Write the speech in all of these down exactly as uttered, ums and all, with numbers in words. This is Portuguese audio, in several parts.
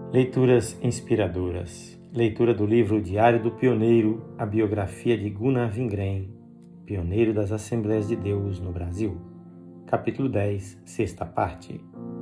Leituras inspiradoras. Leitura do livro Diário do Pioneiro, a biografia de Gunnar Wingren, pioneiro das Assembleias de Deus no Brasil. Capítulo dez, sexta parte.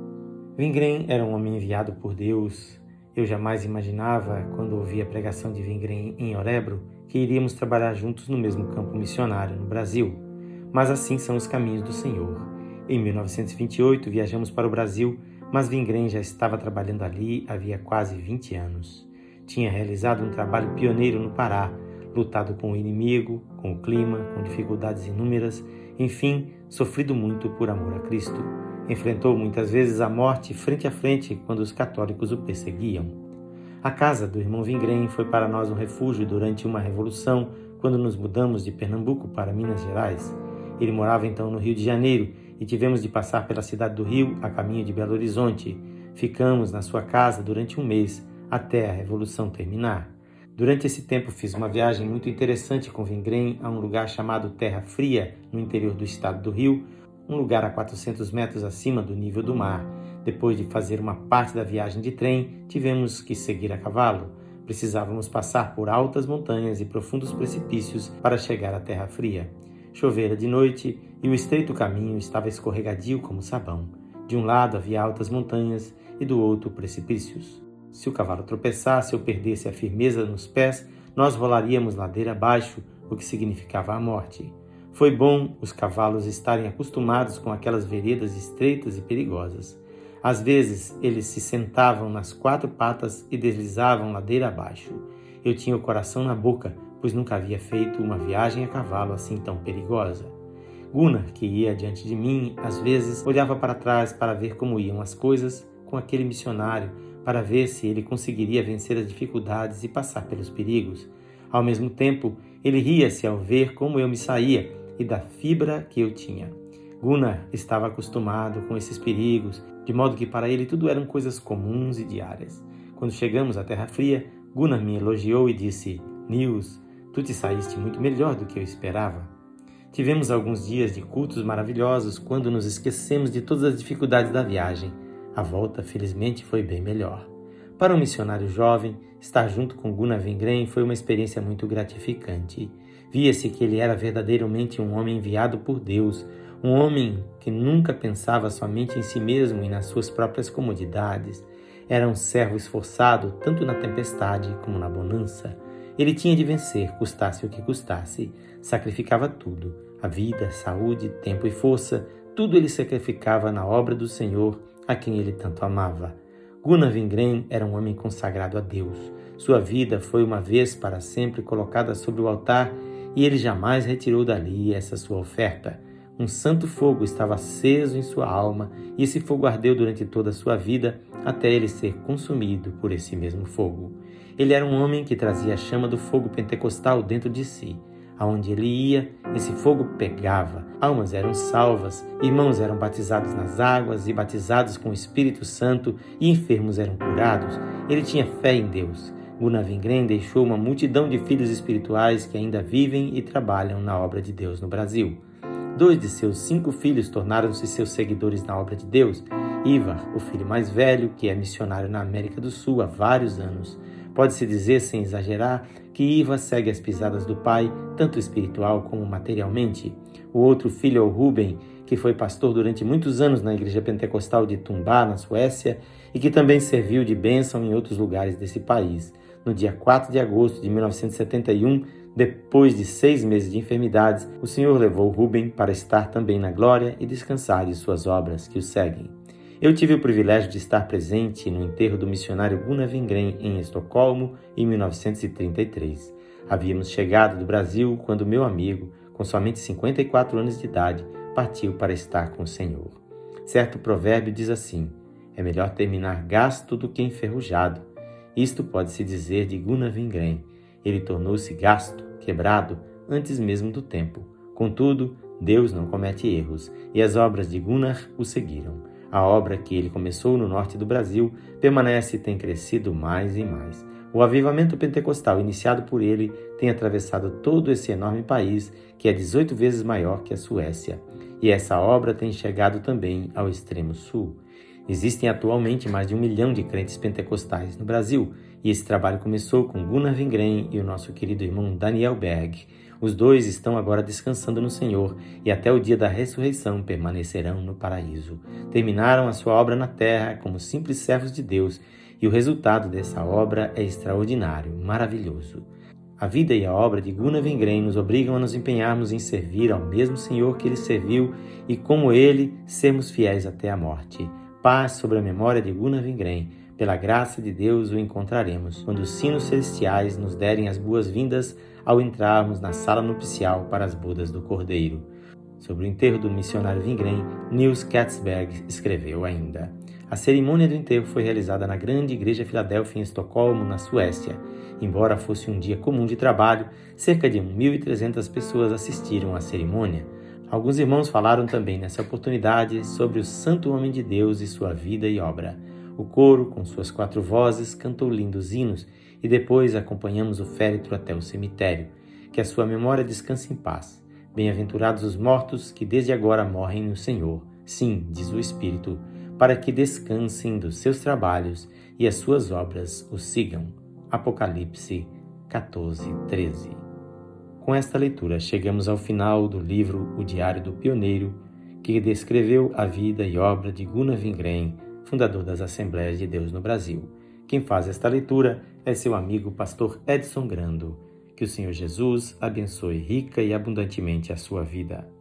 Wingren era um homem enviado por Deus. Eu jamais imaginava, quando ouvi a pregação de Wingren em Örebro, que iríamos trabalhar juntos no mesmo campo missionário no Brasil. Mas assim são os caminhos do Senhor. Em mil novecentos e vinte e oito, viajamos para o Brasil, mas Wingren já estava trabalhando ali havia quase vinte anos. Tinha realizado um trabalho pioneiro no Pará, lutado com o inimigo, com o clima, com dificuldades inúmeras, enfim, sofrido muito por amor a Cristo. Enfrentou muitas vezes a morte frente a frente quando os católicos o perseguiam. A casa do irmão Wingren foi para nós um refúgio durante uma revolução, quando nos mudamos de Pernambuco para Minas Gerais. Ele morava então no Rio de Janeiro e tivemos de passar pela cidade do Rio a caminho de Belo Horizonte. Ficamos na sua casa durante um mês, até a Revolução terminar. Durante esse tempo fiz uma viagem muito interessante com Wingren a um lugar chamado Terra Fria, no interior do estado do Rio, um lugar a quatrocentos metros acima do nível do mar. Depois de fazer uma parte da viagem de trem, tivemos que seguir a cavalo. Precisávamos passar por altas montanhas e profundos precipícios para chegar à Terra Fria. Chovera de noite e o estreito caminho estava escorregadio como sabão. De um lado havia altas montanhas e do outro precipícios. Se o cavalo tropeçasse ou perdesse a firmeza nos pés, nós rolaríamos ladeira abaixo, o que significava a morte. Foi bom os cavalos estarem acostumados com aquelas veredas estreitas e perigosas. Às vezes, eles se sentavam nas quatro patas e deslizavam ladeira abaixo. Eu tinha o coração na boca, pois nunca havia feito uma viagem a cavalo assim tão perigosa. Gunnar, que ia diante de mim, às vezes olhava para trás para ver como iam as coisas com aquele missionário, para ver se ele conseguiria vencer as dificuldades e passar pelos perigos. Ao mesmo tempo, ele ria-se ao ver como eu me saía e da fibra que eu tinha. Gunnar estava acostumado com esses perigos, de modo que para ele tudo eram coisas comuns e diárias. Quando chegamos à Terra Fria, Gunnar me elogiou e disse: "Nils, tu te saíste muito melhor do que eu esperava." Tivemos alguns dias de cultos maravilhosos quando nos esquecemos de todas as dificuldades da viagem. A volta, felizmente, foi bem melhor. Para um missionário jovem, estar junto com Gunnar Wingren foi uma experiência muito gratificante. Via-se que ele era verdadeiramente um homem enviado por Deus, um homem que nunca pensava somente em si mesmo e nas suas próprias comodidades. Era um servo esforçado tanto na tempestade como na bonança. Ele tinha de vencer, custasse o que custasse. Sacrificava tudo, a vida, saúde, tempo e força, tudo ele sacrificava na obra do Senhor, a quem ele tanto amava. Gunnar Wingren era um homem consagrado a Deus. Sua vida foi uma vez para sempre colocada sobre o altar e ele jamais retirou dali essa sua oferta. Um santo fogo estava aceso em sua alma e esse fogo ardeu durante toda a sua vida até ele ser consumido por esse mesmo fogo. Ele era um homem que trazia a chama do fogo pentecostal dentro de si. Aonde ele ia, esse fogo pegava. Almas eram salvas, irmãos eram batizados nas águas e batizados com o Espírito Santo e enfermos eram curados. Ele tinha fé em Deus. Gunnar Wingren deixou uma multidão de filhos espirituais que ainda vivem e trabalham na obra de Deus no Brasil. Dois de seus cinco filhos tornaram-se seus seguidores na obra de Deus. Ivar, o filho mais velho, que é missionário na América do Sul há vários anos. Pode-se dizer, sem exagerar, que Ivar segue as pisadas do pai, tanto espiritual como materialmente. O outro filho é o Ruben, que foi pastor durante muitos anos na Igreja Pentecostal de Tumba, na Suécia, e que também serviu de bênção em outros lugares desse país. No dia quatro de agosto de mil novecentos e setenta e um, depois de seis meses de enfermidades, o Senhor levou Ruben para estar também na glória e descansar de suas obras que o seguem. Eu tive o privilégio de estar presente no enterro do missionário Gunnar Wingren em Estocolmo em mil novecentos e trinta e três. Havíamos chegado do Brasil quando meu amigo, com somente cinquenta e quatro anos de idade, partiu para estar com o Senhor. Certo provérbio diz assim: "É melhor terminar gasto do que enferrujado." Isto pode-se dizer de Gunnar Wingren. Ele tornou-se gasto, quebrado, antes mesmo do tempo. Contudo, Deus não comete erros, e as obras de Gunnar o seguiram. A obra que ele começou no norte do Brasil permanece e tem crescido mais e mais. O avivamento pentecostal iniciado por ele tem atravessado todo esse enorme país, que é dezoito vezes maior que a Suécia. E essa obra tem chegado também ao extremo sul. Existem atualmente mais de um milhão de crentes pentecostais no Brasil, e esse trabalho começou com Gunnar Wingren e o nosso querido irmão Daniel Berg. Os dois estão agora descansando no Senhor e até o dia da ressurreição permanecerão no paraíso. Terminaram a sua obra na terra como simples servos de Deus, e o resultado dessa obra é extraordinário, maravilhoso. A vida e a obra de Gunnar Wingren nos obrigam a nos empenharmos em servir ao mesmo Senhor que ele serviu e, como ele, sermos fiéis até a morte. Paz sobre a memória de Gunnar Wingren. Pela graça de Deus o encontraremos quando os sinos celestiais nos derem as boas-vindas ao entrarmos na sala nupcial para as bodas do Cordeiro. Sobre o enterro do missionário Wingren, Niels Katzberg escreveu ainda: a cerimônia do enterro foi realizada na grande igreja Filadélfia em Estocolmo, na Suécia. Embora fosse um dia comum de trabalho, cerca de mil e trezentas pessoas assistiram à cerimônia. Alguns irmãos falaram também nessa oportunidade sobre o santo homem de Deus e sua vida e obra. O coro, com suas quatro vozes, cantou lindos hinos e depois acompanhamos o féretro até o cemitério. Que a sua memória descanse em paz. Bem-aventurados os mortos que desde agora morrem no Senhor. Sim, diz o Espírito, para que descansem dos seus trabalhos e as suas obras os sigam. Apocalipse quatorze, treze. Com esta leitura, chegamos ao final do livro O Diário do Pioneiro, que descreveu a vida e obra de Gunnar Wingren, fundador das Assembleias de Deus no Brasil. Quem faz esta leitura é seu amigo pastor Edson Grando. Que o Senhor Jesus abençoe rica e abundantemente a sua vida.